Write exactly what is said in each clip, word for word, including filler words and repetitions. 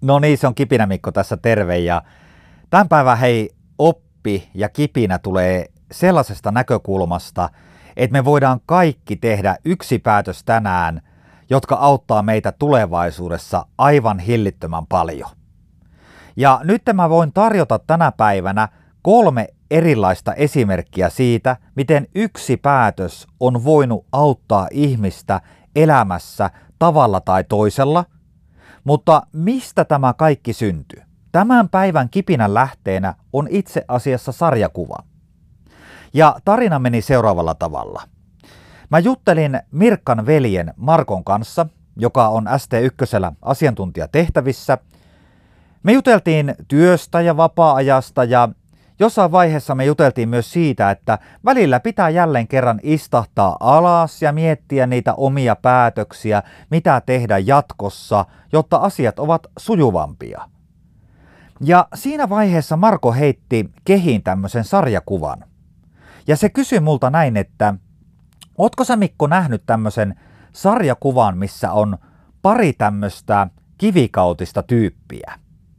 No niin, se on Kipinä Mikko tässä, terve. Ja tämän päivän hei, oppi ja kipinä tulee sellaisesta näkökulmasta, että me voidaan kaikki tehdä yksi päätös tänään, jotka auttaa meitä tulevaisuudessa aivan hillittömän paljon. Ja nyt mä voin tarjota tänä päivänä kolme erilaista esimerkkiä siitä, miten yksi päätös on voinut auttaa ihmistä elämässä tavalla tai toisella. Mutta mistä tämä kaikki syntyy? Tämän päivän kipinän lähteenä on itse asiassa sarjakuva. Ja tarina meni seuraavalla tavalla. Mä juttelin Mirkan veljen Markon kanssa, joka on S T yksi asiantuntijatehtävissä. Me juteltiin työstä ja vapaa-ajasta ja jossain vaiheessa me juteltiin myös siitä, että välillä pitää jälleen kerran istahtaa alas ja miettiä niitä omia päätöksiä, mitä tehdä jatkossa, jotta asiat ovat sujuvampia. Ja siinä vaiheessa Marko heitti kehiin tämmöisen sarjakuvan. Ja se kysyi multa näin, että ootko sä Mikko nähnyt tämmöisen sarjakuvan, missä on pari tämmöistä kivikautista tyyppiä?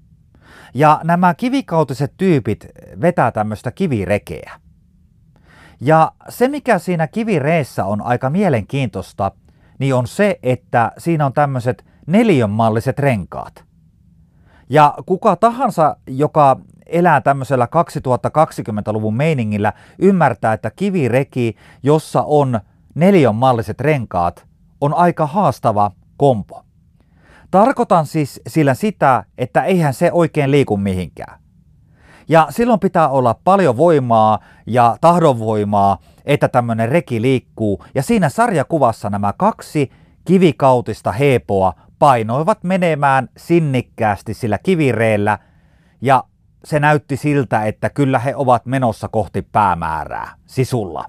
Ja nämä kivikautiset tyypit vetää tämmöistä kivirekeä. Ja se, mikä siinä kivireessä on aika mielenkiintoista, niin on se, että siinä on tämmöiset neliönmalliset renkaat. Ja kuka tahansa, joka elää tämmöisellä kaksituhattakaksikymmentäluvun meiningillä, ymmärtää, että kivireki, jossa on neliönmalliset renkaat, on aika haastava kompo. Tarkoitan siis sillä sitä, että eihän se oikein liiku mihinkään. Ja silloin pitää olla paljon voimaa ja tahdonvoimaa, että tämmöinen reki liikkuu. Ja siinä sarjakuvassa nämä kaksi kivikautista heepoa painoivat menemään sinnikkäästi sillä kivireellä. Ja se näytti siltä, että kyllä he ovat menossa kohti päämäärää sisulla.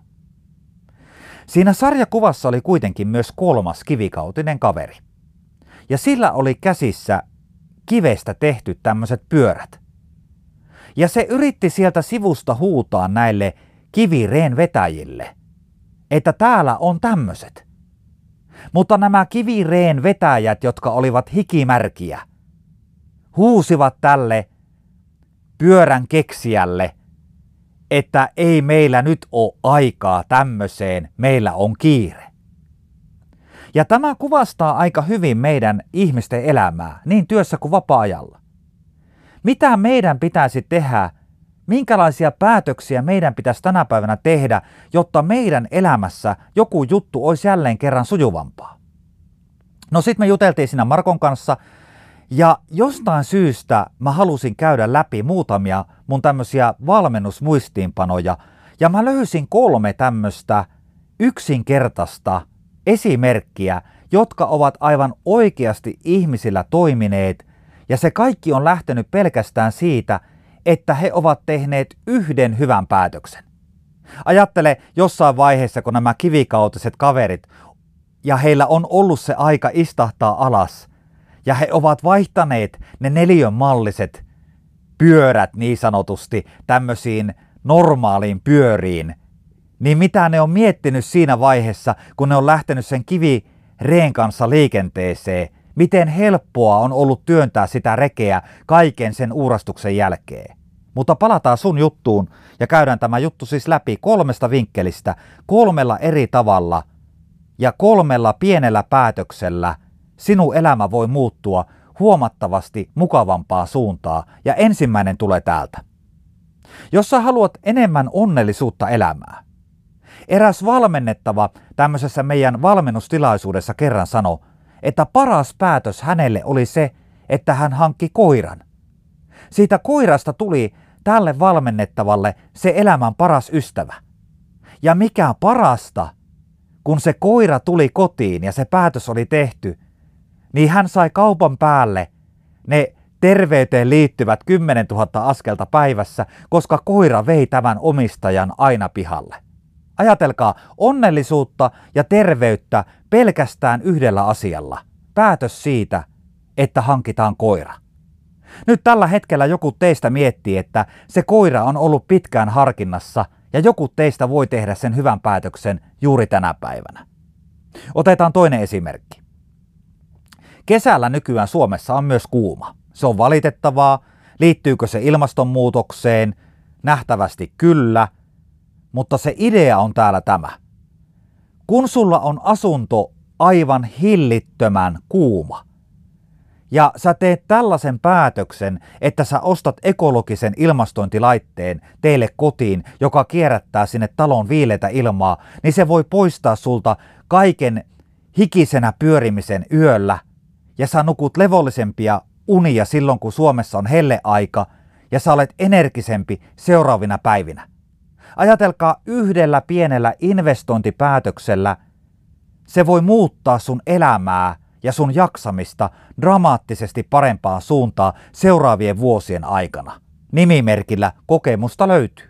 Siinä sarjakuvassa oli kuitenkin myös kolmas kivikautinen kaveri. Ja sillä oli käsissä kivestä tehty tämmöiset pyörät. Ja se yritti sieltä sivusta huutaa näille kivireen vetäjille, että täällä on tämmöiset. Mutta nämä kivireen vetäjät, jotka olivat hikimärkiä, huusivat tälle pyörän keksijälle, että ei meillä nyt ole aikaa tämmöiseen, meillä on kiire. Ja tämä kuvastaa aika hyvin meidän ihmisten elämää, niin työssä kuin vapaa-ajalla. Mitä meidän pitäisi tehdä, minkälaisia päätöksiä meidän pitäisi tänä päivänä tehdä, jotta meidän elämässä joku juttu olisi jälleen kerran sujuvampaa? No sit me juteltiin siinä Markon kanssa, ja jostain syystä mä halusin käydä läpi muutamia mun tämmöisiä valmennusmuistiinpanoja, ja mä löysin kolme tämmöistä yksinkertaista esimerkkiä, jotka ovat aivan oikeasti ihmisillä toimineet, ja se kaikki on lähtenyt pelkästään siitä, että he ovat tehneet yhden hyvän päätöksen. Ajattele jossain vaiheessa, kun nämä kivikautiset kaverit, ja heillä on ollut se aika istahtaa alas, ja he ovat vaihtaneet ne neliönmalliset pyörät niin sanotusti tämmöisiin normaaliin pyöriin, niin mitä ne on miettinyt siinä vaiheessa, kun ne on lähtenyt sen kivireen kanssa liikenteeseen, miten helppoa on ollut työntää sitä rekeä kaiken sen uurastuksen jälkeen. Mutta palataan sun juttuun ja käydään tämä juttu siis läpi kolmesta vinkkelistä, kolmella eri tavalla ja kolmella pienellä päätöksellä sinun elämä voi muuttua huomattavasti mukavampaa suuntaa ja ensimmäinen tulee täältä. Jos sä haluat enemmän onnellisuutta elämään, eräs valmennettava tämmöisessä meidän valmennustilaisuudessa kerran sanoi, että paras päätös hänelle oli se, että hän hankki koiran. Siitä koirasta tuli tälle valmennettavalle se elämän paras ystävä. Ja mikä parasta, kun se koira tuli kotiin ja se päätös oli tehty, niin hän sai kaupan päälle ne terveyteen liittyvät kymmenen tuhatta askelta päivässä, koska koira vei tämän omistajan aina pihalle. Ajatelkaa onnellisuutta ja terveyttä pelkästään yhdellä asialla. Päätös siitä, että hankitaan koira. Nyt tällä hetkellä joku teistä miettii, että se koira on ollut pitkään harkinnassa ja joku teistä voi tehdä sen hyvän päätöksen juuri tänä päivänä. Otetaan toinen esimerkki. Kesällä nykyään Suomessa on myös kuuma. Se on valitettavaa. Liittyykö se ilmastonmuutokseen? Nähtävästi kyllä. Mutta se idea on täällä tämä. Kun sulla on asunto aivan hillittömän kuuma, ja sä teet tällaisen päätöksen, että sä ostat ekologisen ilmastointilaitteen teille kotiin, joka kierrättää sinne talon viileitä ilmaa, niin se voi poistaa sulta kaiken hikisenä pyörimisen yöllä, ja sä nukut levollisempia unia silloin, kun Suomessa on helleaika, ja sä olet energisempi seuraavina päivinä. Ajatelkaa, yhdellä pienellä investointipäätöksellä se voi muuttaa sun elämää ja sun jaksamista dramaattisesti parempaan suuntaan seuraavien vuosien aikana. Nimimerkillä kokemusta löytyy.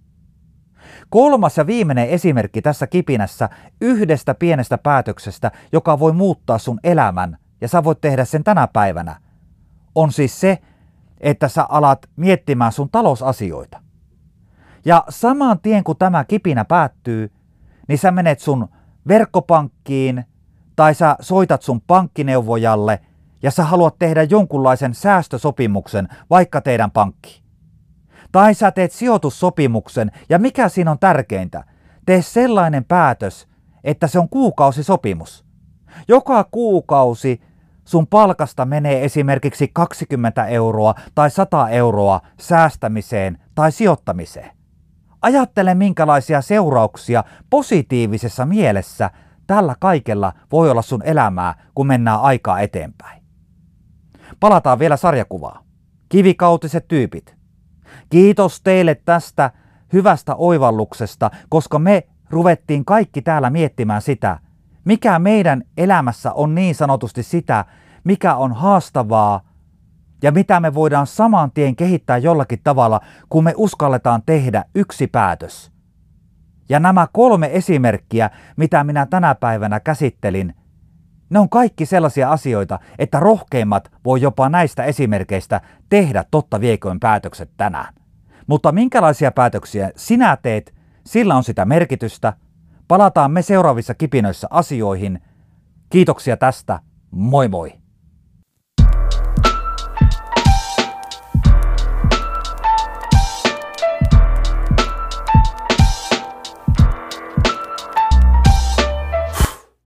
Kolmas ja viimeinen esimerkki tässä kipinässä yhdestä pienestä päätöksestä, joka voi muuttaa sun elämän, ja sä voit tehdä sen tänä päivänä, on siis se, että sä alat miettimään sun talousasioita. Ja saman tien kun tämä kipinä päättyy, niin sä menet sun verkkopankkiin tai sä soitat sun pankkineuvojalle ja sä haluat tehdä jonkunlaisen säästösopimuksen vaikka teidän pankkiin. Tai sä teet sijoitussopimuksen ja mikä siinä on tärkeintä, tee sellainen päätös, että se on kuukausisopimus. Joka kuukausi sun palkasta menee esimerkiksi kaksikymmentä euroa tai sata euroa säästämiseen tai sijoittamiseen. Ajattele, minkälaisia seurauksia positiivisessa mielessä tällä kaikella voi olla sun elämää, kun mennään aikaa eteenpäin. Palataan vielä sarjakuvaan. Kivikautiset tyypit. Kiitos teille tästä hyvästä oivalluksesta, koska me ruvettiin kaikki täällä miettimään sitä, mikä meidän elämässä on niin sanotusti sitä, mikä on haastavaa ja mitä me voidaan saman tien kehittää jollakin tavalla, kun me uskalletaan tehdä yksi päätös. Ja nämä kolme esimerkkiä, mitä minä tänä päivänä käsittelin, ne on kaikki sellaisia asioita, että rohkeimmat voi jopa näistä esimerkkeistä tehdä totta vieköön päätökset tänään. Mutta minkälaisia päätöksiä sinä teet, sillä on sitä merkitystä. Palataan me seuraavissa kipinöissä asioihin. Kiitoksia tästä. Moi moi!